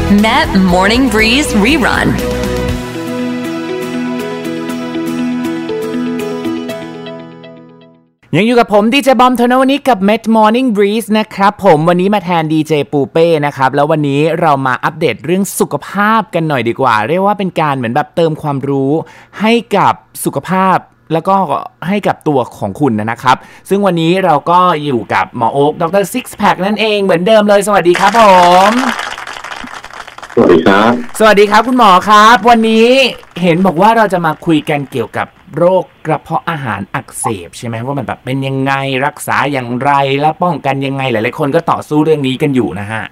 Met Morning Breeze Rerun ยังอยู่กับผมดีเจบอมธนวันนี้กับ Met Morning Breeze นะครับผมวันนี้มาแทนดีเจปูเป้นะครับแล้ววันนี้เรามาอัปเดตเรื่องสุขภาพกันหน่อยดีกว่าเรียกว่าเป็นการเหมือนแบบเติมความรู้ให้กับสุขภาพแล้วก็ให้กับตัวของคุณนะครับซึ่งวันนี้เราก็อยู่กับหมอโอ๊คดรซิกแพคนั่นเองเหมือนเดิมเลยสวัสดีครับผมสวัสดีครับสวัสดีครับคุณหมอครับวันนี้เห็นบอกว่าเราจะมาคุยกันเกี่ยวกับโรคกระเพาะอาหารอักเสบใช่ไหมว่ามันแบบเป็นยังไงรักษาอย่างไรและป้องกันยังไงหลายๆคนก็ต่อสู้เรื่องนี้กันอยู่นะฮะ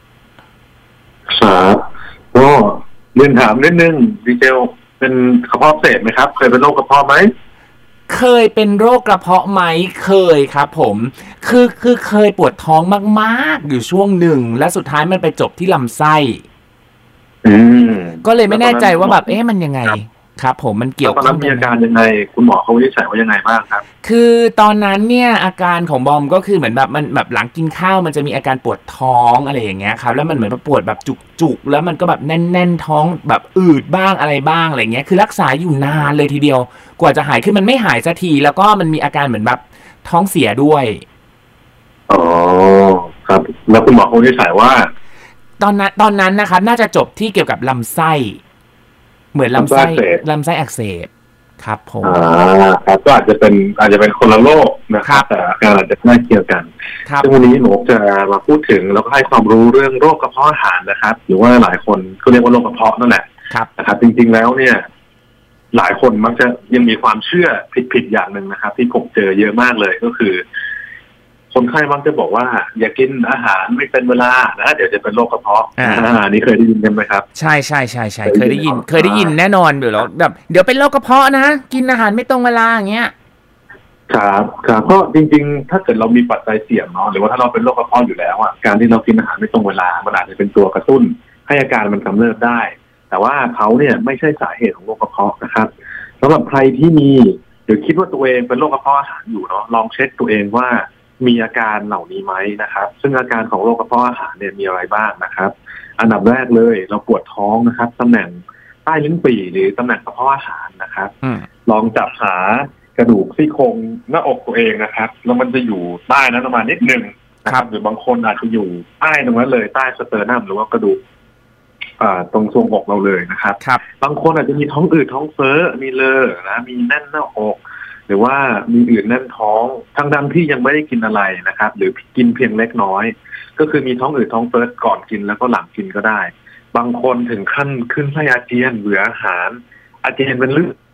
ครับก็เรียนถามนิดนึงดีเจลเป็นกระเพาะอักเสบไหมครับเคยเป็นโรคกระเพาะไหมเคยเป็นโรคกระเพาะไหมเคยครับผมคือเคยปวดท้องมากๆอยู่ช่วงหนึ่งและสุดท้ายมันไปจบที่ลำไส้ก็เลยไม่แน่ใจว่าแบบมันยังไงครับผมมันเกี่ยวกับมีอาการยังไงคุณหมอเขาวินิจฉัยว่ายังไงบ้างครับคือตอนนั้นเนี่ยอาการของบอมก็คือเหมือนแบบมันแบบหลังกินข้าวมันจะมีอาการปวดท้องอะไรอย่างเงี้ยครับแล้วมันเหมือนปวดแบบจุกๆแล้วมันก็แบบแน่นๆท้องแบบอืดบ้างอะไรบ้างอะไรเงี้ยคือรักษาอยู่นานเลยทีเดียวกว่าจะหายคือมันไม่หายสักทีแล้วก็มันมีอาการเหมือนแบบท้องเสียด้วยอ๋อครับแล้วคุณหมอเขาวินิจฉัยว่าตอนนั้นนะครับน่าจะจบที่เกี่ยวกับลำไส้เหมือนลำไส้อักเสบครับผมครับก็อาจจะเป็นคนละโรคนะครับแต่อาการอาจจะใกล้เคียงกันซึ่งวันนี้หมอจะมาพูดถึงแล้วก็ให้ความรู้เรื่องโรคกระเพาะอาหารนะครับหรือว่าหลายคนก็เรียกว่าโรคกระเพาะนั่นแหละนะครับจริงๆแล้วเนี่ยหลายคนมักจะยังมีความเชื่อผิดอย่างหนึ่งนะครับที่ผมเจอเยอะมากเลยก็คือคนไข้มักจะบอกว่าอย่ากินอาหารไม่เป็นเวลานะเดี๋ยวจะเป็นโรคกระเพาะนี่เคยได้ยินกันไหมครับใช่เคยได้ยินแน่นอนอยู่แล้วแบบเดี๋ยวเป็นโรคกระเพาะนะกินอาหารไม่ตรงเวลาอย่างเงี้ยครับก็จริงๆถ้าเกิดเรามีปัจจัยเสี่ยงเนาะหรือว่าถ้าเราเป็นโรคกระเพาะอยู่แล้วอ่ะการที่เรากินอาหารไม่ตรงเวลามันอาจจะเป็นตัวกระตุ้นให้อาการมันกำเริบได้แต่ว่าเขาเนี่ยไม่ใช่สาเหตุของโรคกระเพาะนะครับสำหรับใครที่มีหรือคิดว่าตัวเองเป็นโรคกระเพาะอาหารอยู่เนาะลองเช็คตัวเองว่ามีอาการเหล่านี้ไหมนะครับซึ่งอาการของโรคกระเพาะอาหารเนี่ยมีอะไรบ้างนะครับอันดับแรกเลยเราปวดท้องนะครับตำแหน่งใต้ลิ้นปี่หรือตำแหน่งกระเพาะอาหารนะครับลองจับหากระดูกซี่โครงหน้าอกตัวเองนะครับแล้วมันจะอยู่ใต้นั้นประมาณนิดนึงนะครับหรือบางคนอาจจะอยู่ใต้ตรงนั้นเลยใต้สเตอร์นัมหรือว่ากระดูกตรงทรวงอกเราเลยนะครับบางคนอาจจะมีท้องอืดท้องเฟ้อมีเลอนะมีแน่นหน้าอกหรือว่ามีอื่นแน่นท้องทั้งที่ยังไม่ได้กินอะไรนะครับหรือกินเพียงเล็กน้อยก็คือมีท้องอืดท้องเฟ้อก่อนกินแล้วก็หลังกินก็ได้บางคนถึงขั้นขึ้นไส้อาเจียนเบื่ออาหารอาเจียนเป็นเลือด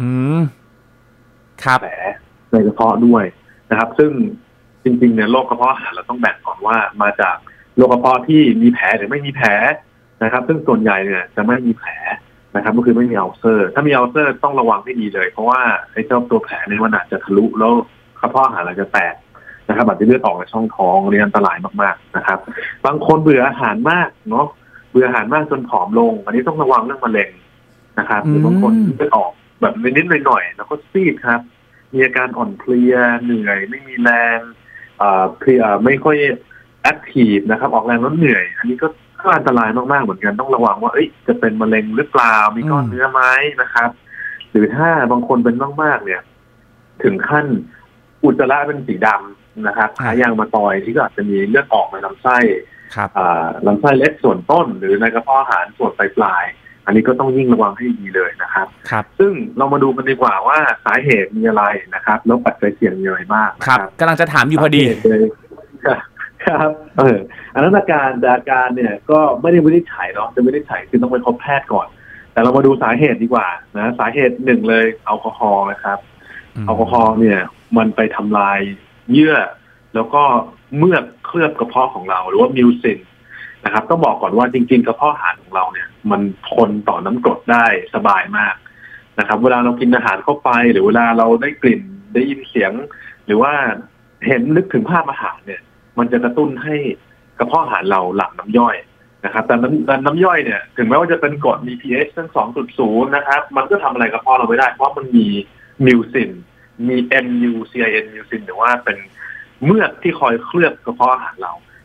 ครับแผลในกระเพาะด้วยนะครับซึ่งจริงๆเนี่ยโรคกระเพาะอาหารเราต้องแบ่งก่อนว่ามาจากโรคกระเพาะที่มีแผลหรือไม่มีแผลนะครับซึ่งส่วนใหญ่เนี่ยจะไม่มีแผลนะครับก็คือไม่มีอัลเซอร์ถ้ามีอัลเซอร์ต้องระวังให้ดีเลยเพราะว่าไอ้เจ้าตัวแผลเนี่ยมันอาจจะทะลุแล้วกระเพาะอาหารเราจะแตกนะครับอาจจะเลือดออกในช่องท้องนี่อันตรายมากๆนะครับบางคนเบื่ออาหารมากเนาะเบื่ออาหารมากจนผอมลงอันนี้ต้องระวังเรื่องมะเร็งนะครับหรือบางคนเลือดออกแบบนิดๆหน่อยๆแล้วก็ซีดครับมีอาการอ่อนเพลียเหนื่อยไม่มีแรงเพลียไม่ค่อยแอคทีฟนะครับออกแรงแล้วเหนื่อยอันนี้ก็อันตรายมากๆเหมือนกันต้องระวังว่าจะเป็นมะเร็งหรือเปล่ามีก้อนเนื้อไหมนะครับหรือถ้าบางคนเป็นมากๆเนี่ยถึงขั้นอุจจาระเป็นสีดำนะครับขายางมะตอยที่ก็อาจจะมีเลือดออกในลำไส้ลำไส้เล็กส่วนต้นหรือในกระเพาะอาหารส่วนปลายอันนี้ก็ต้องยิ่งระวังให้ดีเลยนะครับซึ่งเรามาดูกันดีกว่าว่าสาเหตุมีอะไรนะครับแล้วปัจจัยเสี่ยงมีอะไรบ้างครับกำลังจะถามอยู่พอดีครับอันนั้นอาการเนี่ยก็ไม่ได้วินิจฉัยเนาะจะวินิจฉัยคือต้องไปพบแพทย์ก่อนแต่เรามาดูสาเหตุดีกว่านะสาเหตุหนึ่งเลยแอลกอฮอล์นะครับแอลกอฮอล์เนี่ยมันไปทำลายเยื่อแล้วก็เมือกเคลือบกระเพาะของเราหรือว่ามิวซินนะครับต้องบอกก่อนว่าจริงๆกระเพาะอาหารของเราเนี่ยมันทนต่อน้ำกรดได้สบายมากนะครับเวลาเรากินอาหารเข้าไปหรือเวลาเราได้กลิ่นได้ยินเสียงหรือว่าเห็นนึกถึงภาพอาหารเนี่ยมันจะกระตุ้นให้กระเพาะอาหารเราหลั่งน้ำย่อยนะครับแต่น้ำย่อยเนี่ยถึงแม้ว่าจะเป็นกรดมี pH ทั้ง 2.0 นะครับมันก็ทำอะไรกระเพาะเราไม่ได้เพราะมันมีมิวซินมี MUCIN มิวซินหรือว่าเป็นเมือกที่คอยเคลือบกระเพาะอาหารเรา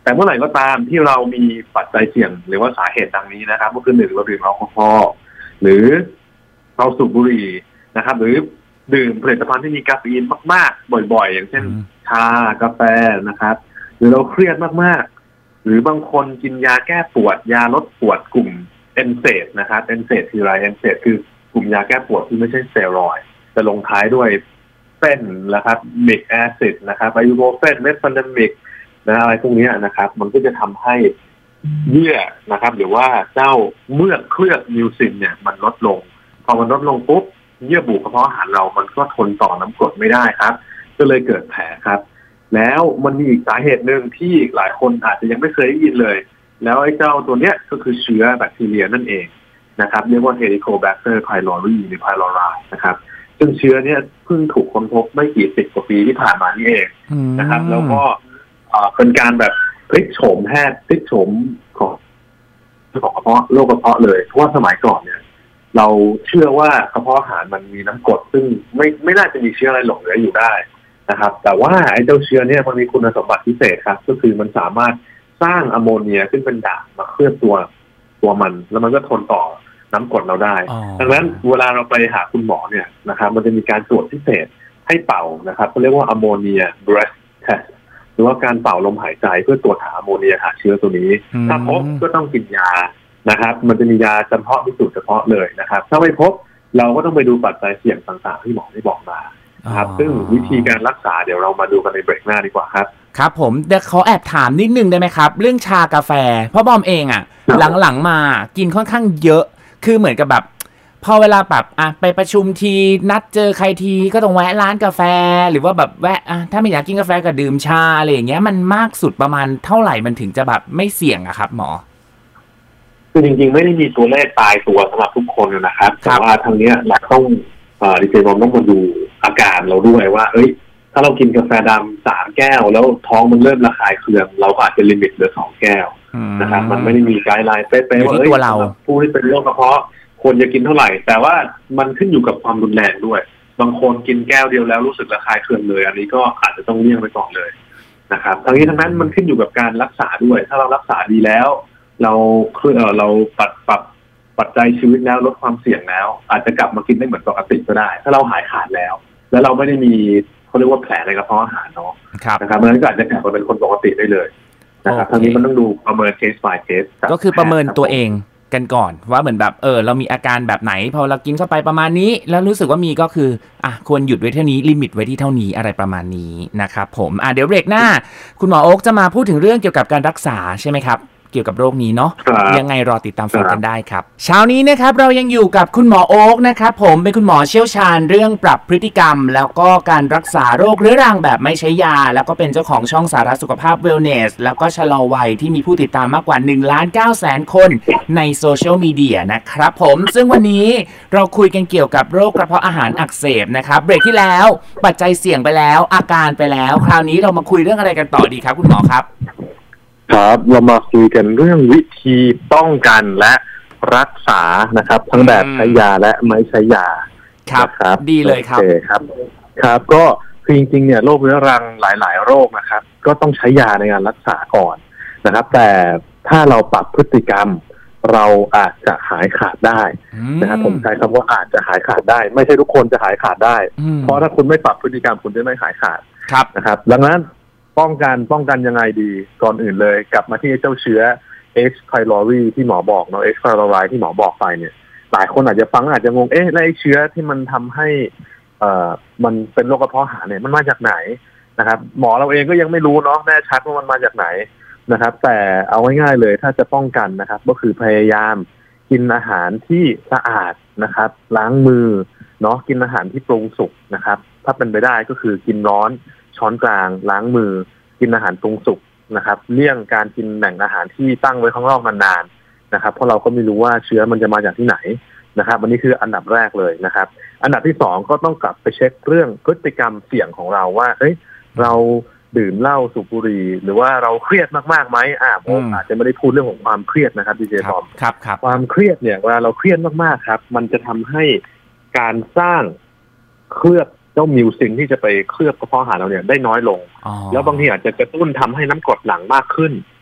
แต่เมื่อไหร่ก็ตามที่เรามีปัจจัยเสี่ยงหรือว่าสาเหตุดังนี้นะครับก็คือหนึ่งเราดื่มแอลกอฮอล์หรือเราสูบบุหรี่นะครับหรือดื่มผลิตภัณฑ์ที่มีคาเฟอีนมากๆบ่อยๆอย่างเช่นชากาแฟนะครับหรือเราเครียดมากๆหรือบางคนกินยาแก้ปวดยาลดปวดกลุ่มเอนเซดนะครับเอนเซดคืออะไรเอนเซดคือกลุ่มยาแก้ปวดที่ไม่ใช่สเตียรอยด์จะลงท้ายด้วยเฟนนะครับมิกแอซิดนะครับไอบูโปรเฟนเมทฟอนเดมิกนะอะไรพวกนี้นะครับมันก็จะทำให้เยื่อนะครับหรือว่าเจ้าเมือกเคลือบมิวซินเนี่ยมันลดลงพอมันลดลงปุ๊บเยื่อบุกระเพาะอาหารเรามันก็ทนต่อน้ำกรดไม่ได้ครับก็เลยเกิดแผลครับแล้วมันมีอีกสาเหตุหนึ่งที่หลายคนอาจจะยังไม่เคยได้ยินเลยแล้วไอ้เจ้าตัวเนี้ยก็คือเชื้อแบคทีเรียนั่นเองนะครับเรียกว่า Helicobacter pylori หรือ pylori นะครับซึ่งเชื้อเนี้ยเพิ่งถูกค้นพบไม่กี่สิบกว่าปีที่ผ่านมานี่เองนะครับแล้วก็เป็นการแบบพลิกโฉมพลิกโฉมของกระเพาะโรคกระเพาะเลยเพราะว่าสมัยก่อนเนี่ยเราเชื่อว่ากระเพาะอาหารมันมีน้ำกรดซึ่งไม่น่าจะมีเชื้ออะไรหลงเหลืออยู่ได้นะครับแต่ว่าไอ้เจ้าเชื้อเนี่ยมันมีคุณสมบัติพิเศษครับก็คือมันสามารถสร้างอะโมเนียขึ้นเป็นด่างมาเคลือบตัวมันแล้วมันก็ทนต่อน้ำกรดเราได้ดังนั้นเวลาเราไปหาคุณหมอเนี่ยนะครับมันจะมีการตรวจพิเศษให้เป่านะครับเขาเรียกว่าอะโมเนีย breath test หรือว่าการเป่าลมหายใจเพื่อตรวจหาอะโมเนียหาเชื้อตัวนี้ถ้าพบก็ต้องกินยานะครับมันจะมียาเฉพาะพิสูจน์เฉพาะเลยนะครับถ้าไม่พบเราก็ต้องไปดูปัจจัยเสี่ยงต่างๆที่หมอได้บอกมาครับซึ่งวิธีการรักษาเดี๋ยวเรามาดูกันในเบรกหน้าดีกว่าครับครับผมเดี๋ยวเขาแอบถามนิดนึงได้ไหมครับเรื่องชากาแฟเพราะบอมเองอ่ะหลังๆมากินค่อนข้างเยอะคือเหมือนกับแบบพอเวลาแบบไปประชุมทีนัดเจอใครทีก็ต้องแวะร้านกาแฟหรือว่าแบบแวะถ้าไม่อยากกินกาแฟก็ดื่มชาอะไรอย่างเงี้ยมันมากสุดประมาณเท่าไหร่มันถึงจะแบบไม่เสี่ยงอะครับหมอคือจริงๆไม่ได้มีตัวเลขตายตัวสำหรับทุกคนนะครับแต่ว่าทางนี้เราต้องดิเจบอมต้องมาดูอาการเราด้วยว่าถ้าเรากินกาแฟดำ3 แก้วแล้วท้องมันเริ่มระคายเคืองเราก็อาจจะลิมิตเหลือ2 แก้วนะครับมันไม่ได้มีไกด์ไลน์เป๊ะๆว่าผู้ที่เป็นโรคกระเพาะควรจะกินเท่าไหร่แต่ว่ามันขึ้นอยู่กับความรุนแรงด้วยบางคนกินแก้วเดียวแล้วรู้สึกระคายเคืองเลยอันนี้ก็อาจจะต้องเลี่ยงไปก่อนเลยนะครับทั้งนี้ทั้งนั้นมันขึ้นอยู่กับการรักษาด้วยถ้าเรารักษาดีแล้วเราปรับปัจจัยชีวิตแล้วลดความเสี่ยงแล้วอาจจะกลับมากินได้เหมือนปกติก็ได้ถ้าเราหายขาดแล้วเราไม่ได้มีเขาเรียกว่าแผลในกระเพาะอาหารเนาะนะครับมันก็อาจจะกลับมาเป็นคนปกติได้เลยนะครับทั้งนี้มันต้องดูประเมิน case by case ก็คือประเมินตัวเองกันก่อนว่าเหมือนแบบเรามีอาการแบบไหนพอเรากินเข้าไปประมาณนี้แล้วรู้สึกว่ามีก็คือควรหยุดไว้เท่านี้ลิมิตไว้ที่เท่านี้อะไรประมาณนี้นะครับผมเดี๋ยวเบรกหน้าคุณหมอโอ๊คจะมาพูดถึงเรื่องเกี่ยวกับการรักษาใช่ไหมครับเกี่ยวกับโรคนี้เนาะยังไงรอติดตามฟังกันได้ครับเช้านี้นะครับเรายังอยู่กับคุณหมอโอ๊คนะครับผมเป็นคุณหมอเชี่ยวชาญเรื่องปรับพฤติกรรมแล้วก็การรักษาโรคเรื้อรังแบบไม่ใช้ยาแล้วก็เป็นเจ้าของช่องสาระสุขภาพ Wellness แล้วก็ชะลอวัยที่มีผู้ติดตามมากกว่า 1,900,000 คนในโซเชียลมีเดียนะครับผมซึ่งวันนี้เราคุยกันเกี่ยวกับโรคกระเพาะอาหารอักเสบนะครับเบรกที่แล้วปัจจัยเสี่ยงไปแล้วอาการไปแล้วคราวนี้เรามาคุยเรื่องอะไรกันต่อดีครับคุณหมอครับครับเรามาคุยกันเรื่องวิธีป้องกันและรักษานะครับทั้งแบบใช้ยาและไม่ใช้ยาครับดีเลยครับครับก็คือจริงๆเนี่ยโรคเรื้อรังหลายๆโรคนะครับก็ต้องใช้ยาในการรักษาก่อนนะครับแต่ถ้าเราปรับพฤติกรรมเราอาจจะหายขาดได้นะครับผมใช้คำว่าอาจจะหายขาดได้ไม่ใช่ทุกคนจะหายขาดได้เพราะถ้าคุณไม่ปรับพฤติกรรมคุณจะไม่หายขาดนะครับดังนั้นป้องกันยังไงดีก่อนอื่นเลยกลับมาที่เจ้าเชื้อ H. pylori ที่หมอบอกเนาะ H. pylori ที่หมอบอกไปเนี่ยหลายคนอาจจะฟังอาจจะงงแล้วไอ้เชื้อที่มันทำให้มันเป็นโรคกระเพาะอาหารเนี่ยมันมาจากไหนนะครับหมอเราเองก็ยังไม่รู้เนาะแน่ชัดว่ามันมาจากไหนนะครับแต่เอาง่ายๆเลยถ้าจะป้องกันนะครับก็คือพยายามกินอาหารที่สะอาดนะครับล้างมือเนาะกินอาหารที่ปรุงสุกนะครับถ้าเป็นไปได้ก็คือกินร้อนช้อนกลางล้างมือกินอาหารปรุงสุกนะครับเลี่ยงการกินแหล่งอาหารที่ตั้งไว้ข้างนอกนานๆนะครับเพราะเราก็ไม่รู้ว่าเชื้อมันจะมาจากที่ไหนนะครับอันนี้คืออันดับแรกเลยนะครับอันดับที่2ก็ต้องกลับไปเช็คเรื่องพฤติกรรมเสี่ยงของเราว่าเราดื่มเหล้าสูบบุหรี่หรือว่าเราเครียดมากๆไหมผมอาจจะไม่ได้พูดเรื่องของความเครียดนะครับดีเจบอมความเครียดเนี่ยเวลาเราเครียดมากๆครับมันจะทำให้การสร้างเคลือบเจ้ามิวซินที่จะไปเคลือบกระเพาะอาหารเราเนี่ยได้น้อยลงแล้วบางทีอาจจะกระตุ้นทำให้น้ำกรดหลั่งมากขึ้น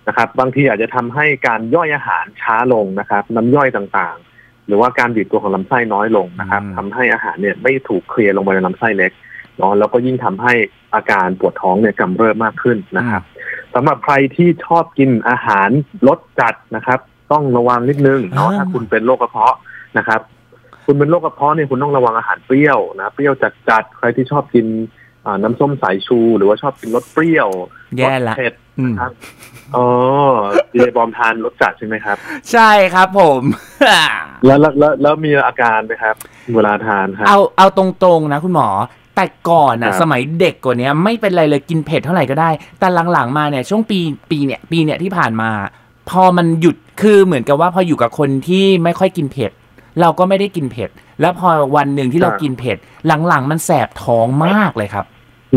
นะครับบางทีอาจจะทำให้การย่อยอาหารช้าลงนะครับน้ำย่อยต่างๆหรือว่าการบีบตัวของลำไส้น้อยลงนะครับทำให้อาหารเนี่ยไม่ถูกเคลียร์ลงไปในลำไส้เล็กเนาะแล้วก็ยิ่งทำให้อาการปวดท้องเนี่ยกำเริบมากขึ้นนะครับสำหรับใครที่ชอบกินอาหารรสจัดนะครับต้องระวังนิดนึงเนาะถ้าคุณเป็นโรคกระเพาะนะครับคุณเป็นโรคกระเพาะเนี่ยคุณต้องระวังอาหารเปรี้ยวนะเปรี้ยวจัดใครที่ชอบกินน้ำส้มสายชูหรือว่าชอบกินรสเปรี้ยวรสเผ็ดนะครับดีเจบอมทานรสจัดใช่ไหมครับใช่ครับผมแล้วมีอาการไหมครับเวลาทานครับเอาตรงๆนะคุณหมอแต่ก่อนสมัยเด็กกว่านี้ไม่เป็นไรเลยกินเผ็ดเท่าไหร่ก็ได้แต่หลังๆมาเนี่ยช่วงปีเนี่ยที่ผ่านมาพอมันหยุดคือเหมือนกับว่าพออยู่กับคนที่ไม่ค่อยกินเผ็ดเราก็ไม่ได้กินเผ็ดแล้วพอวันหนึ่งที่เรากินเผ็ดหลังๆมันแสบท้องมากเลยครับ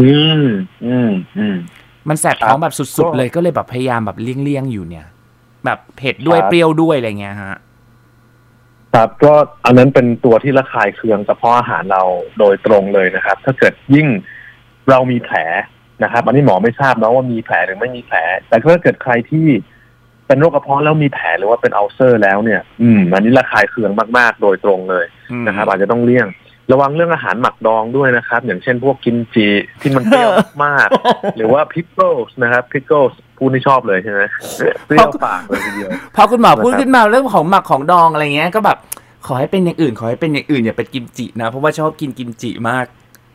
มันแสบท้องแบบสุดๆเลยก็เลยแบบพยายามแบบเลี่ยงอยู่เนี่ยแบบเผ็ดด้วยเปรี้ยวด้วยอะไรเงี้ยฮะครับก็อันนั้นเป็นตัวที่ระคายเคืองกระเพาะอาหารเราโดยตรงเลยนะครับถ้าเกิดยิ่งเรามีแผลนะครับอันนี้หมอไม่ทราบนะว่ามีแผลหรือไม่มีแผลแต่ถ้าเกิดใครที่เป็นโรคกระเพาะแล้วมีแผลหรือว่าเป็นอัลเซอร์แล้วเนี่ยอันนี้ระคายเคืองมากๆโดยตรงเลยนะครับอาจจะต้องเลี่ยงระวังเรื่องอาหารหมักดองด้วยนะครับอย่างเช่นพวกกิมจิที่มันเปรี้ยวมากหรือว่าพิกเกิลนะครับพิกเกิลพูดที่ชอบเลยใช่ไหมเปรี้ยวปากเลยทีเดียวพอคุณหมอพูดขึ้นมาเรื่องของหมักของดองอะไรเงี้ยก็แบบขอให้เป็นอย่างอื่นอย่าเป็นกิมจินะเพราะว่าชอบกินกิมจิมาก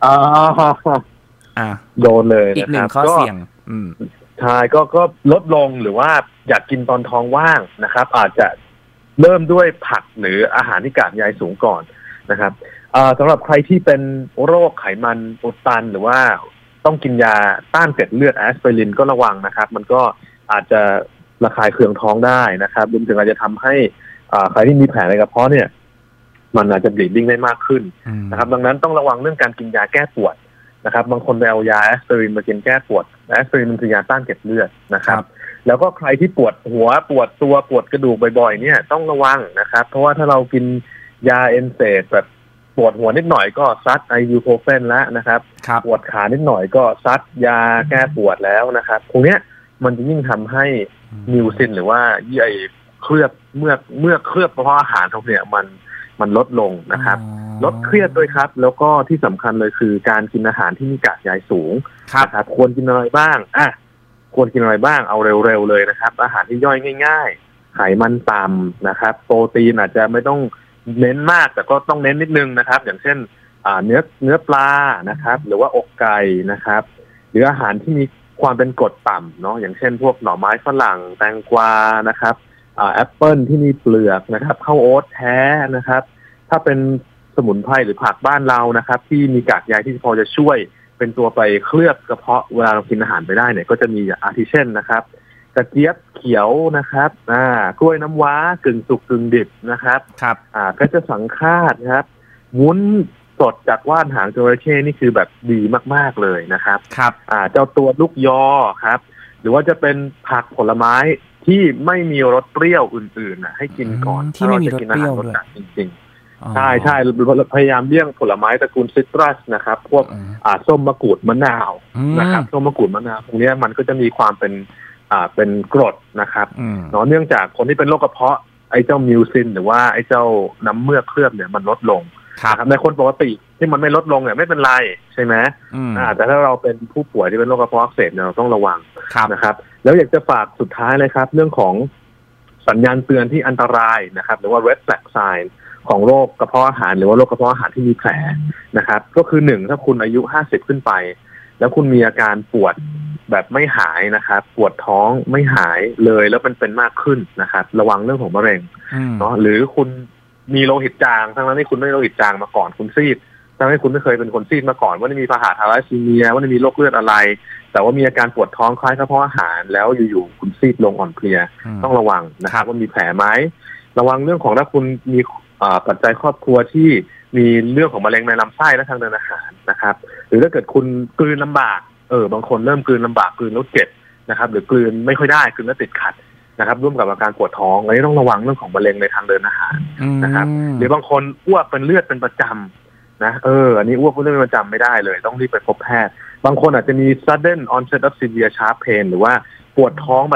โดนเลยอีกหนึ่งข้อเสี่ยงใช่ก็ลดลงหรือว่าอยากกินตอนท้องว่างนะครับอาจจะเริ่มด้วยผักหรืออาหารที่กากใยสูงก่อนนะครับสำหรับใครที่เป็นโรคไขมันอุดตันหรือว่าต้องกินยาต้านเกล็ดเลือดแอสไพรินก็ระวังนะครับมันก็อาจจะระคายเคืองท้องได้นะครับรวมถึงอาจจะทำให้ใครที่มีแผลในกระเพาะเนี่ยมันอาจจะบลีดดิ้งได้มากขึ้นนะครับดังนั้นต้องระวังเรื่องการกินยาแก้ปวดนะครับบางคนไปเอายาแอสไพรินมากินแก้ปวดแอสไพรินมันคือยาต้านเกล็ดเลือดนะครับแล้วก็ใครที่ปวดหัวปวดตัวปวดกระดูกบ่อยๆเนี่ยต้องระวังนะครับเพราะว่าถ้าเรากินยาเอนเซดแบบปวดหัวนิดหน่อยก็ซัดไอยูโพรเฟนแล้วนะครับปวดขานิดหน่อยก็ซัดยาแก้ปวดแล้วนะครับตรงเนี้ยมันจะยิ่งทำให้นิวซินหรือว่าไอเคลือบเมื่อเคลือบกระเพาะอาหารของเนี่ยมันลดลงนะครับลดเครียดด้วยครับแล้วก็ที่สำคัญเลยคือการกินอาหารที่มีกากใยสูงนะครับควรกินอะไรบ้างควรกินอะไรบ้างเอาเร็วๆเลยนะครับอาหารที่ย่อยง่ายๆไขมันต่ำนะครับโปรตีนอาจจะไม่ต้องเน้นมากแต่ก็ต้องเน้นนิดนึงนะครับอย่างเช่นเนื้อปลานะครับหรือว่าอกไก่นะครับหรืออาหารที่มีความเป็นกรดต่ำเนาะอย่างเช่นพวกหน่อไม้ฝรั่งแตงกวานะครับแอปเปิลที่มีเปลือกนะครับข้าวโอ๊ตแท้นะครับถ้าเป็นสมุนไพรหรือผักบ้านเรานะครับที่มีกากใยที่พอจะช่วยเป็นตัวไปเคลือบกระเพาะเวลาเรากินอาหารไปได้เนี่ยก็จะมีอาทิเช่นนะครับกระเจี๊ยบเขียวนะครับกล้วยน้ำว้ากึ่งสุกกึ่งดิบนะครับก็จะสังฆาตนะครับวุ้นสดจากว่านหางจระเข้นี่คือแบบดีมากๆเลยนะครับเจ้าตัวลูกยอครับหรือว่าจะเป็นผักผลไม้ที่ไม่มีรสเปรี้ยวอื่นๆให้กินก่อนที่ไม่มีรสเปรี้ยวด้วยจริงๆใช่พยายามเลี่ยงผลไม้ตระกูลซิตรัสนะครับพวกส้มมะกรูดมะนาวนะครับส้มมะกรูดมะนาวตรงนี้มันก็จะมีความเป็นกรดนะครับเนื่องจากคนที่เป็นโรคกระเพาะไอ้เจ้ามิวซินหรือว่าไอ้เจ้าน้ำเมือกเคลือบเนี่ยมันลดลงในคนปกติที่มันไม่ลดลงเนี่ยไม่เป็นไรใช่ไหมแต่ถ้าเราเป็นผู้ป่วยที่เป็นโรคกระเพาะอักเสบเนี่ยเราต้องระวังนะครับแล้วอยากจะฝากสุดท้ายเลยครับเรื่องของสัญญาณเตือนที่อันตรายนะครับหรือว่า red flag sign ของโรคกระเพาะอาหารหรือว่าโรคกระเพาะอาหารที่มีแผลนะครับก็คือ1ถ้าคุณอายุ50ขึ้นไปแล้วคุณมีอาการปวดแบบไม่หายนะครับปวดท้องไม่หายเลยแล้วมันเป็นมากขึ้นนะครับระวังเรื่องของมะเร็งเนาะหรือคุณมีโลหิตจางทั้งนั้นที่คุณไม่โลหิตจางมาก่อนคุณซีดทั้งที่คุณไม่เคยเป็นคนซีดมาก่อนว่ามีพาหะทาลัสซีเมียว่ามีโรคเลือดอะไรแต่ว่ามีอาการปวดท้องคล้ายกระเพาะอาหารแล้วอยู่ๆคุณซีดลงอ่อนเพลียต้องระวังนะครับว่ามีแผลไหมระวังเรื่องของถ้าคุณมีปัจจัยครอบครัวที่มีเรื่องของมะเร็งในลำไส้และทางเดินอาหารนะครับหรือถ้าเกิดคุณกลืนลำบากบางคนเริ่มกลืนลำบากกลืนแล้วเจ็บนะครับหรือกลืนไม่ค่อยได้กลืนแล้วติดขัดนะครับร่วมกับอาการปวดท้องอันนี้ต้องระวังเรื่องของมะเร็งในทางเดินอาหารนะครับหรือบางคนอ้วกเป็นเลือดเป็นประจำนะอันนี้อ้วกเป็นเลือดเป็นประจำไม่ได้เลยต้องรีบไปพบแพทย์บางคนอาจจะมี sudden onset of severe sharp pain หรือว่าปวดท้องแบบช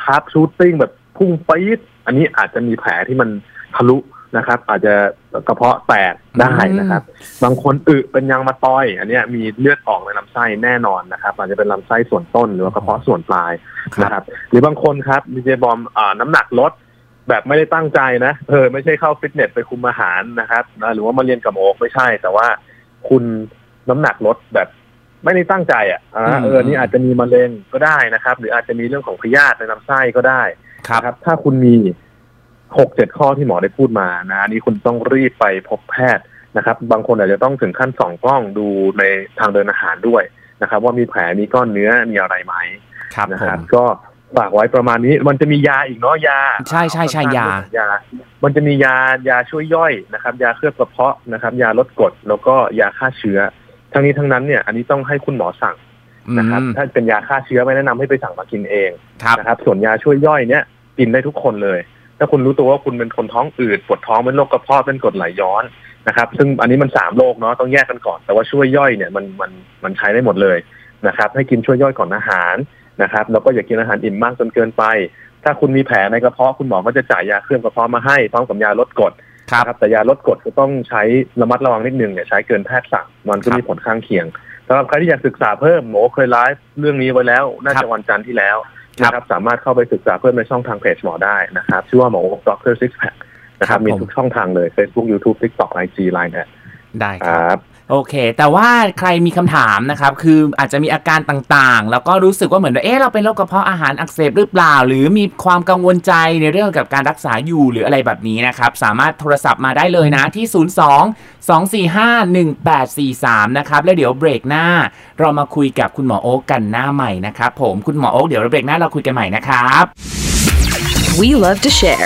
ชาร์ปชูตติ้งแบบพุ่งปี๊ดอันนี้อาจจะมีแผลที่มันทะลุนะครับอาจจะกระเพาะแตกได้นะครับบางคนเป็นยางมะตอยอันนี้มีเลือดออกในลำไส้แน่นอนนะครับอาจจะเป็นลำไส้ส่วนต้นหรือว่ากระเพาะส่วนปลายนะครับหรือบางคนครับดีเจบอมน้ำหนักลดแบบไม่ได้ตั้งใจนะไม่ใช่เข้าฟิตเนสไปคุมอาหารนะครับหรือว่ามาเรียนกับโอ๊คไม่ใช่แต่ว่าคุณน้ำหนักลดแบบไม่ได้ตั้งใจนี่อาจจะมีมะเร็งก็ได้นะครับหรืออาจจะมีเรื่องของพยาธิในลำไส้ก็ได้ครับถ้าคุณมี6-7 ข้อที่หมอได้พูดมานะอันนี้คุณต้องรีบไปพบแพทย์นะครับบางคนอาจจะต้องถึงขั้นส่องกล้องดูในทางเดินอาหารด้วยนะครับว่ามีแผลมีก้อนเนื้อมีอะไรไหมนะครับก็ฝากไว้ประมาณนี้มันจะมียาอีกเนาะยาใช่ยามันจะมียาช่วยย่อยนะครับยาเคลือบกระเพาะนะครับยาลดกรดแล้วก็ยาฆ่าเชื้อทั้งนี้ทั้งนั้นเนี่ยอันนี้ต้องให้คุณหมอสั่งนะครับถ้าเป็นยาฆ่าเชื้อไม่แนะนำให้ไปสั่งมากินเองนะครับส่วนยาช่วยย่อยเนี่ยกินได้ทุกคนเลยถ้าคุณรู้ตัวว่าคุณเป็นคนท้องอืดปวดท้องเป็นโรคกระเพาะเป็นกรดไหลย้อนนะครับซึ่งอันนี้มัน3โรคเนาะต้องแยกกันก่อนแต่ว่าช่วยย่อยเนี่ยมันใช้ได้หมดเลยนะครับให้กินช่วยย่อยก่อนอาหารนะครับแล้วก็อย่ากินอาหารอิ่มมากจนเกินไปถ้าคุณมีแผลในกระเพาะคุณหมอก็จะจ่ายยาเคลือบกระเพาะมาให้พร้อมกับยาลดกรดครับแต่ยาลดกรดก็ต้องใช้ระมัดระวังนิดนึงอย่าใช้เกินแพทย์สั่งมันก็มีผลข้างเคียงสำหรับใครที่อยากศึกษาเพิ่มหมอเคยไลฟ์เรื่องนี้ไว้แล้วน่าจะวันจันทร์ที่แล้วนะครับสามารถเข้าไปศึกษาเพิ่มในช่องทางเพจหมอได้นะครับชื่อว่าหมอโอ๊คด็อกเตอร์ซิกแพคนะครับมีทุกช่องทางเลย Facebook YouTube TikTok IG Line ได้ครับโอเคแต่ว่าใครมีคำถามนะครับคืออาจจะมีอาการต่างๆแล้วก็รู้สึกว่าเหมือนเราเป็นโรคกระเพาะอาหารอักเสบหรือเปล่าหรือมีความกังวลใจในเรื่องกับการรักษาอยู่หรืออะไรแบบนี้นะครับสามารถโทรศัพท์มาได้เลยนะที่02-245-1843นะครับแล้วเดี๋ยวเบรกหน้าเรามาคุยกับคุณหมอโอ๊คกันหน้าใหม่นะครับผมคุณหมอโอ๊คเดี๋ยวเบรกหน้าเราคุยกันใหม่นะครับ We love to share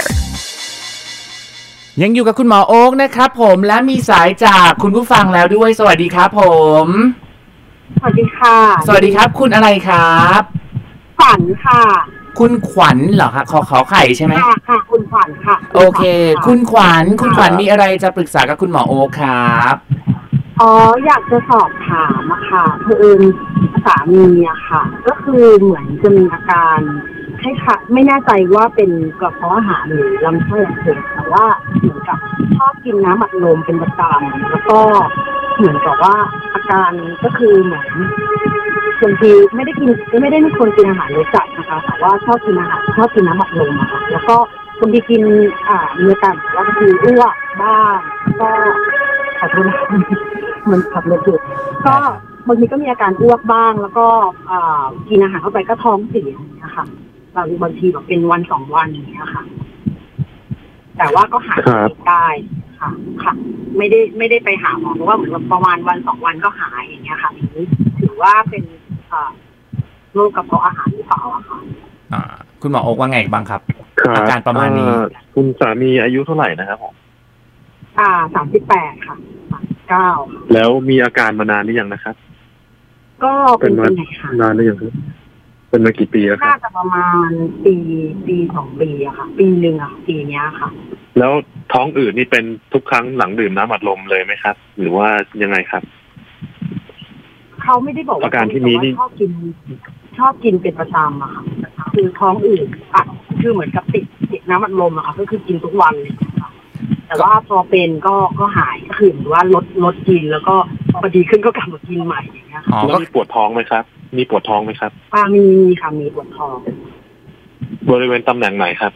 ยังอยู่กับคุณหมอโอ๊คนะครับผมและมีสายจากคุณผู้ฟังแล้วด้วยสวัสดีครับผมสวัสดีค่ะสวัสดีครับคุณอะไรครับขวัญค่ะคุณขวัญเหรอคะขอไข่ใช่ไหมค่ะคุณขวัญค่ะโอเคคุณขวัญมีอะไรจะปรึกษากับคุณหมอโอ๊คครับอยากจะสอบถามอะค่ะคือสามีอะค่ะก็คือเหมือนจะมีอาการให้ค่ะไม่แน่ใจว่าเป็นกระเพาะอาหารหรือลำไส้อักเสบแต่ว่าเหมือนกับชอบกินน้ำอัดลมเป็นประจำแล้วก็เหมือนกับว่าอาการก็คือเหมือนบางทีไม่ได้มีคนกินอาหารรสจัดนะคะแต่ว่าชอบกินอาหารชอบกินน้ำอัดลมนะคะแล้วก็บางทีกินมีอาการว่าบางทีอ้วกบ้างก็ขอโทษนะมันขับรถอยู่ก็บางทีก็มีอาการอ้วกบ้างแล้วก็กินอาหารเข้าไปก็ท้องเสียนะคะบางทีแบบเป็นวัน2 วันอย่างเงี้ยค่ะแต่ว่าก็หายได้ค่ะไม่ได้ไปหาหมอเพราะว่าเหมือนประมาณวัน2 วันก็หายอย่างเงี้ยค่ะนี้ถือว่าเป็นโรคกระเพาะอาหารหรือเปล่าค่ะคุณหมอโอ๊คว่าไงบ้างครับอาการประมาณนี้คุณสามีอายุเท่าไหร่นะครับผม 38ค่ะ39 แล้วมีอาการมานานหรือยังนะครับก็เป็นมานานหรือยังครับเป็นมากี่ปีแล้วครับน่าจะประมาณปี2 ปีอะค่ะปีนึงอะปีเนี้ยค่ะแล้วท้องอืดนี่เป็นทุกครั้งหลังดื่มน้ำอัดลมเลยไหมครับหรือว่ายังไงครับเขาไม่ได้บอกอาการที่มีนี่ชอบกินเป็นประจำอะค่ะคือท้องอืดอ่ะคือเหมือนกับติดน้ำอัดลมอะค่ะก็คือกินทุกวันเลยแต่ว่าพอเป็นก็หายก็คือหรือว่าลดกินแล้วก็พอดีขึ้นก็กลับมากินใหม่อย่างเงี้ยแล้วมีปวดท้องไหมครับมีปวดท้องไหมครับมีค่ะมีปวดท้องบริเวณตำแหน่งไหนครับ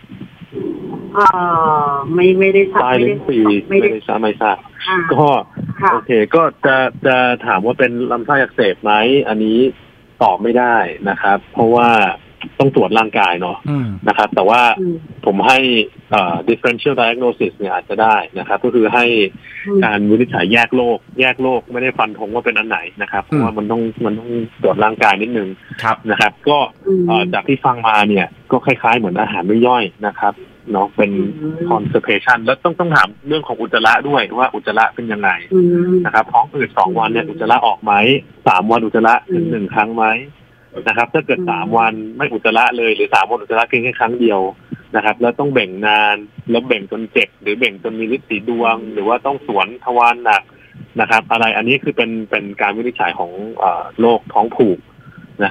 ไม่ได้ทราบไม่ได้ทราบก็โอเคก็จะถามว่าเป็นลำไส้อักเสบไหมอันนี้ตอบไม่ได้นะครับเพราะว่าต้องตรวจร่างกายเนาะนะครับแต่ว่าผมให้differential diagnosis เนี่ยอาจจะได้นะครับก็คือให้การวินิจฉัยแยกโรคไม่ได้ฟันธงว่าเป็นอันไหนนะครับเพราะว่ามันต้องตรวจร่างกายนิดนึงนะครับก็จากที่ฟังมาเนี่ยก็คล้ายๆเหมือนอาหารไม่ย่อยนะครับเนาะเป็น constipation แล้วต้องถามเรื่องของอุจจาระด้วยว่าอุจจาระเป็นยังไงนะครับท้องอืด2 วันเนี่ยอุจจาระออกไหม3 วันอุจจาระถึง1 ครั้งไหมนะครับถ้าเกิด3 วันไม่อุจจาระเลยหรือ3 วันอุจจาระเพียงแค่ครั้งเดียวนะครับแล้วต้องเบ่งนานแล้วเบ่งจนเจ็บหรือเบ่งจนมีฤทธิ์สีดวงหรือว่าต้องสวนทวารหนักนะครับอะไรอันนี้คือเป็นการวินิจฉัยของโรคท้องผูกนะครับ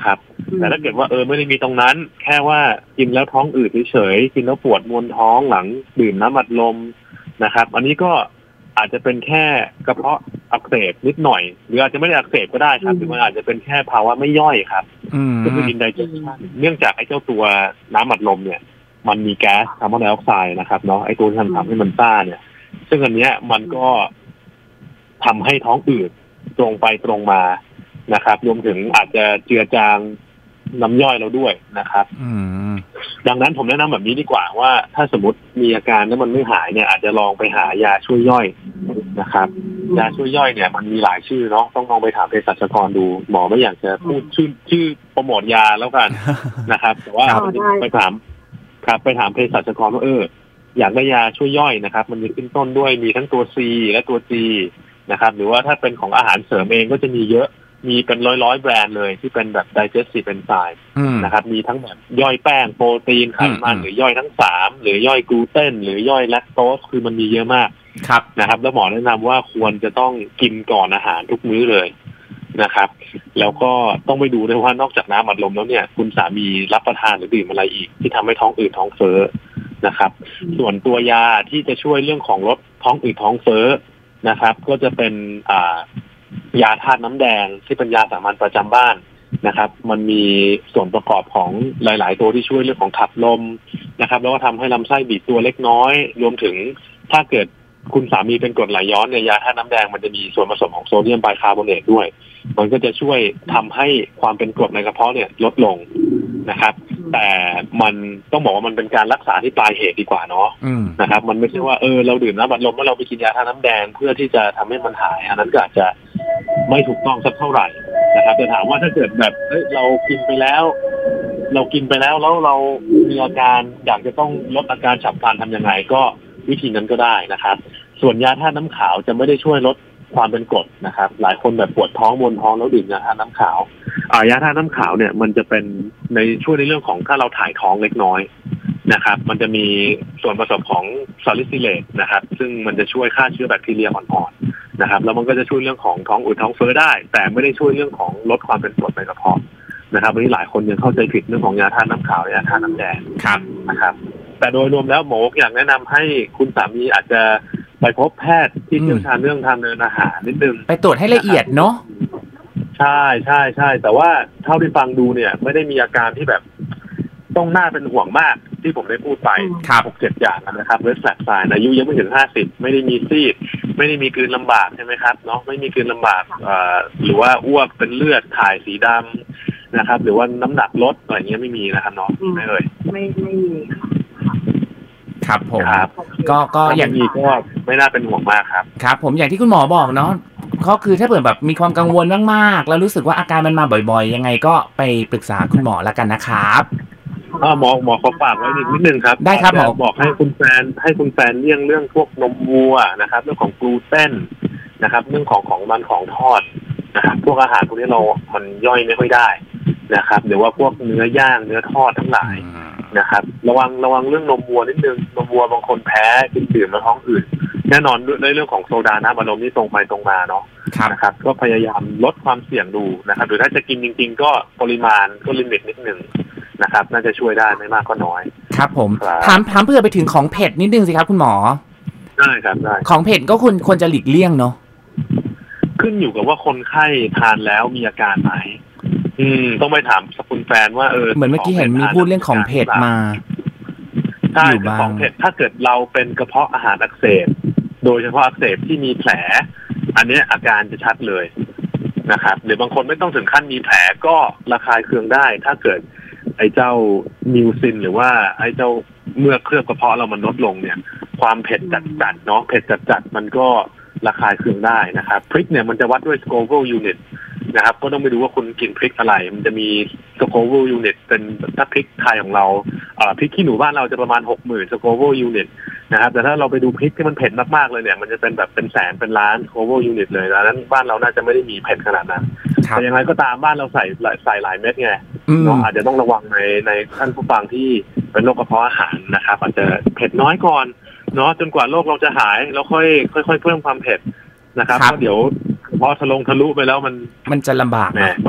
แต่ถ้าเกิดว่าไม่ได้มีตรงนั้นแค่ว่ากินแล้วท้องอืดเฉยๆกินแล้วปวดมวนท้องหลังดื่มน้ำอัดลมนะครับอันนี้ก็อาจจะเป็นแค่กระเพาะอักเสบนิดหน่อยหรืออาจจะไม่ได้อักเสบก็ได้ครับหรือมันอาจจะเป็นแค่ภาวะไม่ย่อยครับก็คือ indigestion เนื่องจากไอ้เจ้าตัวน้ำอัดลมเนี่ยมันมีแก๊สคาร์บอนไดออกไซด์นะครับเนาะไอ้ตัวที่ทำให้มันซ่าเนี่ยซึ่งอันเนี้ยมันก็ทำให้ท้องอืดตรงไปตรงมานะครับรวมถึงอาจจะเจือจางน้ำย่อยเราด้วยนะครับดังนั้นผมแนะนำแบบนี้ดีกว่าว่าถ้าสมมติมีอาการแล้วมันไม่หายเนี่ยอาจจะลองไปหายาช่วยย่อยนะครับยาช่วยย่อยเนี่ยมันมีหลายชื่อเนาะต้องลองไปถามเภสัชกรดูหมอไม่อยากจะพูดชื่อโปรโมทยาแล้วกันนะครับแต่ว่าไปถามครับไปถามเภสัชกรว่าอยากได้ยาช่วยย่อยนะครับมันมีขึ้นต้นด้วยมีทั้งตัว C และตัว G นะครับหรือว่าถ้าเป็นของอาหารเสริมเองก็จะมีเยอะมีเป็นร้อยแบรนด์เลยที่เป็นแบบ digestive enzyme นะครับมีทั้งแบบย่อยแป้งโปรตีนไขมันหรือย่อยทั้ง3หรือย่อยกลูเตนหรือย่อยแลคโตสคือมันมีเยอะมากนะครับแล้วหมอแนะนำว่าควรจะต้องกินก่อนอาหารทุกมื้อเลยนะครับแล้วก็ต้องไปดูด้วยว่านอกจากน้ำอัดลมแล้วเนี่ยคุณสามีรับประทานหรือดื่มอะไรอีกที่ทำให้ท้องอืดท้องเฟ้อนะครับส่วนตัวยาที่จะช่วยเรื่องของลดท้องอืดท้องเฟ้อนะครับก็จะเป็นยาธาตุน้ำแดงที่เป็นยาสามัญประจำบ้านนะครับมันมีส่วนประกอบของหลายๆตัวที่ช่วยเรื่องของขับลมนะครับแล้วก็ทำให้ลำไส้บีบตัวเล็กน้อยรวมถึงถ้าเกิดคุณสามีเป็นกรดไหลย้อนเนี่ยยาธาตุน้ำแดงมันจะมีส่วนผสมของโซเดียมไบคาร์บอเนตด้วยมันก็จะช่วยทำให้ความเป็นกรดในกระเพาะเนี่ยลดลงนะครับแต่มันต้องบอกว่ามันเป็นการรักษาที่ปลายเหตุดีกว่าเนาะนะครับมันไม่ใช่ว่าเราดื่มน้ำอัดลมแล้วเราไปกินยาธาตุน้ำแดงเพื่อที่จะทำให้มันหายอันนั้นก็อาจจะไม่ถูกต้องสักเท่าไหร่นะครับแต่ถามว่าถ้าเกิดแบบเรากินไปแล้วแล้วเรามีอาการอยากจะต้องลดอาการฉับพลันทำยังไงก็วิธีนั้นก็ได้นะครับส่วนยาธาตุน้ำขาวจะไม่ได้ช่วยลดความเป็นกรดนะครับหลายคนแบบปวดท้องมวนท้องแล้วดื่มยาธาตุน้ำขาวยาธาตุน้ำขาวเนี่ยมันจะเป็นในช่วยในเรื่องของถ้าเราถ่ายท้องเล็กน้อยนะครับมันจะมีส่วนผสมของซาลิซิเลตนะครับซึ่งมันจะช่วยฆ่าเชื้อแบคทีเรียอ่อนๆนะครับแล้วมันก็จะช่วยเรื่องของท้องอืดท้องเฟ้อได้แต่ไม่ได้ช่วยเรื่องของลดความเป็นกรดในกระเพาะนะครับวันนี้หลายคนยังเข้าใจผิดเรื่องของยาธาตุน้ำขาวยาธาตุน้ำแดงนะครับแต่โดยรวมแล้วหมออยากแนะนำให้คุณสามีอาจจะไปพบแพทย์ที่เชี่ยวชาญเรื่องทางเดินอาหารนิดนึงไปตรวจให้ละเอียดเนาะใช่แต่ว่าเท่าที่ฟังดูเนี่ยไม่ได้มีอาการที่แบบต้องน่าเป็นห่วงมากที่ผมได้พูดไป6-7 อย่างนะครับเรดแฟลกไซน์อายุยังไม่ถึง50ไม่ได้มีซีดไม่ได้มีกลืนลำบากใช่ไหมครับเนาะไม่มีกลืนลำบากหรือว่าอ้วกเป็นเลือดถ่ายสีดำนะครับหรือว่าน้ำหนักลดอะไรเงี้ยไม่มีนะครับเนาะไม่เลยไม่มีครับผมก็อย่างนี้ก็ไม่น่าเป็นห่วงมากครับครับผมอย่างที่คุณหมอบอกเนาะก็คือถ้าเกิดแบบมีความกังวลมากๆแล้วรู้สึกว่าอาการมันมาบ่อยๆยังไงก็ไปปรึกษาคุณหมอแล้วกันนะครับหมอขอฝากไว้นิดนึงครับได้ครับหมอบอกให้คุณแฟนเลี่ยงเรื่องพวกนมวัวนะครับเรื่องของกลูเตนนะครับเรื่องของมันของทอดนะครับพวกอาหารพวกนี้มันย่อยไม่ค่อยได้นะครับหรือว่าพวกเนื้อย่างเนื้อทอดทั้งหลายนะครับระวังเรื่องนมวัวนิดนึงนมวัวบางคนแพ้กินดื่มแล้วท้องอืดแน่นอนในเรื่องของโซดาน้ำอัดลมนี่ตรงไปตรงมาเนาะนะครับก็พยายามลดความเสี่ยงดูนะครับหรือถ้าจะกินจริงๆก็ปริมาณก็ลิมิตนิดนึงนะครับน่าจะช่วยได้ไม่มากก็น้อยครับผมถามเพื่อไปถึงของเผ็ดนิดนึงสิครับคุณหมอได้ครับได้ของเผ็ดก็คุณควรจะหลีกเลี่ยงเนาะขึ้นอยู่กับว่าคนไข้ทานแล้วมีอาการไหมต้องไปถามคุณแฟนว่าเหมือนเมื่อกี้เห็นมีพูดเรื่องของเผ็ดมาใช่ของเผ็ดถ้าเกิดเราเป็นกระเพาะอาหารอักเสบโดยเฉพาะอักเสบที่มีแผลอันนี้อาการจะชัดเลยนะครับหรือบางคนไม่ต้องถึงขั้นมีแผลก็ระคายเคืองได้ถ้าเกิดไอ้เจ้ามิวซินหรือว่าไอ้เจ้าเมื่อเคลือบกระเพาะเรามันลดลงเนี่ยความเผ็ดจัดเนาะเผ็ดจัดมันก็ระคายเคืองได้นะครับพริกเนี่ยมันจะวัดด้วย Scoville unit นะครับก็ต้องไปดูว่าคุณกินพริกอะไรมันจะมี Scoville unit เป็นถ้าพริกไทยของเราพริกขี้หนูบ้านเราจะประมาณ 60,000 Scoville unit นะครับแต่ถ้าเราไปดูพริกที่มันเผ็ดมากๆเลยเนี่ยมันจะเป็นแบบเป็นแสนเป็นล้าน Scoville unit เลยดังนั้นบ้านเราน่าจะไม่ได้มีเผ็ดขนาดนั้นแต่ยังไงก็ตามบ้านเราใส่หลายเม็ดไงเนาะอาจจะต้องระวังในท่านผู้ฟังที่เป็นโรคกระเพาะอาหารนะครับอาจจะเผ็ดน้อยก่อนเนาะจนกว่าโรคเราจะหายแล้วค่อยเพิ่มความเผ็ดนะครับเพราะเดี๋ยวพอทะลุไปแล้วมันจะลำบากมันก็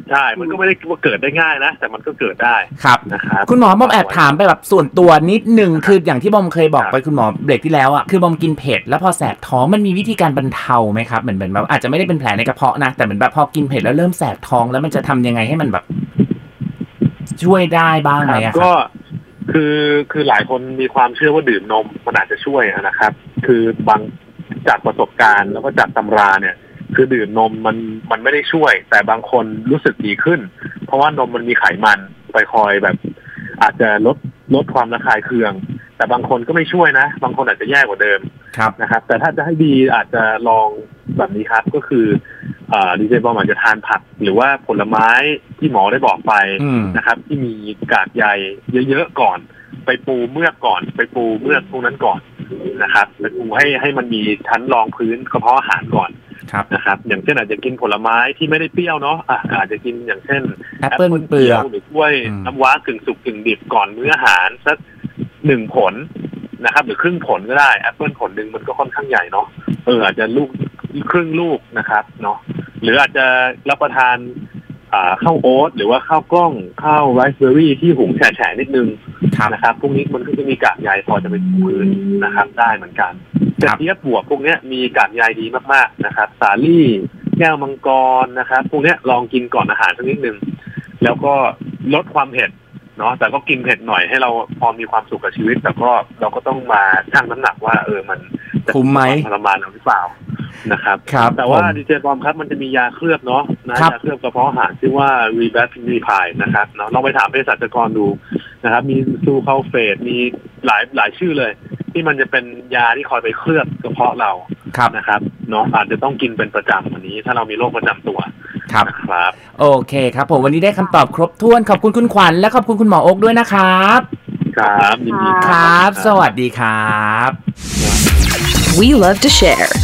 ใช่มันก็ไม่ได้ว่าเกิดได้ง่ายนะแต่มันก็เกิดได้ครับนะครับคุณหมอบอมแอบถามไปแบบส่วนตัวนิดนึงคืออย่างที่บอมเคยบอกไปคุณหมอเบรกที่แล้วอ่ะคือบอมกินเผ็ดแล้วพอแสบท้องมันมีวิธีการบรรเทาไหมครับเหมือนแบบอาจจะไม่ได้เป็นแผลในกระเพาะนะแต่เหมือนแบบพอกินเผ็ดแล้วเริ่มแสบท้องแล้วมันจะทำยังไงให้มันแบบช่วยได้บ้างไหมครับก็คือหลายคนมีความเชื่อว่าดื่มนมมันอาจจะช่วยนะครับคือบางจากประสบการณ์แล้วก็จากตำราเนี่ยคือดื่มนมมันไม่ได้ช่วยแต่บางคนรู้สึกดีขึ้นเพราะว่านมมันมีไขมันไปคอยแบบอาจจะลดความระคายเคืองแต่บางคนก็ไม่ช่วยนะบางคนอาจจะแย่กว่าเดิมนะครับแต่ถ้าจะให้ดีอาจจะลองแบบนี้ครับก็คือดีเจบอมอาจจะทานผักหรือว่าผลไม้ที่หมอได้บอกไปนะครับที่มีกากใยเยอะๆก่อนไปปูเมือกก่อนไปปูเมือกพวกนั้นก่อนนะครับไปปูให้มันมีชั้นรองพื้นกระเพาะอาหารก่อนนะครับอย่างเช่นอาจจะกินผลไม้ที่ไม่ได้เปรี้ยวเนาะอาจจะกินอย่างเช่นแอปเปิ้ลเปลือกหรือกล้วยน้ำว้ากึ่งสุกกึ่งดิบก่อนมื้ออาหารสัก1 ผลนะครับหรือครึ่งผลก็ได้แอปเปิ้ลผลนึงมันก็ค่อนข้างใหญ่เนาะอาจจะลูกครึ่งลูกนะครับเนาะหรืออาจจะรับประทานข้าวโอ๊ตหรือว่าข้าวกล้องข้าวไรซ์เบอร์รี่ที่หุงแฉะนิดนึงนะครับพวกนี้มันก็จะมีกากใยพอจะไปปูพื้นนะครับได้เหมือนกันกระเจี๊ยบบวกพวกนี้มีกากใยดีมากๆนะครับสาลี่แก้วมังกรนะครับพวกนี้ลองกินก่อนอาหารสักนิดนึงแล้วก็ลดความเผ็ดเนาะแต่ก็กินเผ็ดหน่อยให้เราพอมีความสุขกับชีวิตแต่ก็เราก็ต้องมาชั่งน้ำหนักว่ามันจะคุ้มไหมทรมานหรือเปล่านะครับแต่ว่าดีเจบอมครับมันจะมียาเคลือบเนาะยาเคลือบกระเพาะอาหารชื่อว่า Rebapinipine นะครับเนาะลองไปถามเภสัชกรดูนะครับมีซูคัลเฟตมีหลายชื่อเลยที่มันจะเป็นยาที่คอยไปเคลือบกระเพาะเรานะครับเนาะอาจจะต้องกินเป็นประจำวันนี้ถ้าเรามีโรคประจำตัวครับโอเคครับผมวันนี้ได้คำตอบครบถ้วนขอบคุณคุณขวัญและขอบคุณคุณหมอโอ๊คด้วยนะครับครับยินดีครับสวัสดีครับ We love to share